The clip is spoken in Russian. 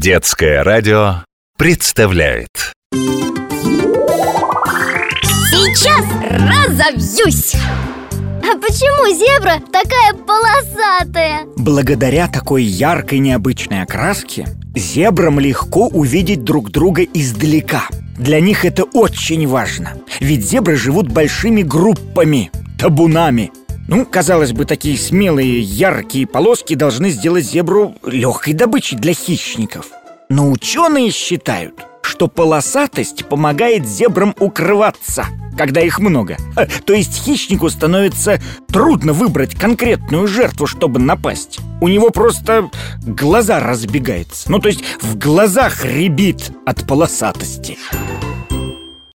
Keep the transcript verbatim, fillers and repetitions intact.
Детское радио представляет. Сейчас разовьюсь! А почему зебра такая полосатая? Благодаря такой яркой необычной окраске зебрам легко увидеть друг друга издалека. Для них это очень важно, ведь зебры живут большими группами, табунами. Ну, казалось бы, такие смелые, яркие полоски должны сделать зебру легкой добычей для хищников. Но ученые считают, что полосатость помогает зебрам укрываться, когда их много. То есть хищнику становится трудно выбрать конкретную жертву, чтобы напасть. У него просто глаза разбегаются. Ну, то есть в глазах рябит от полосатости.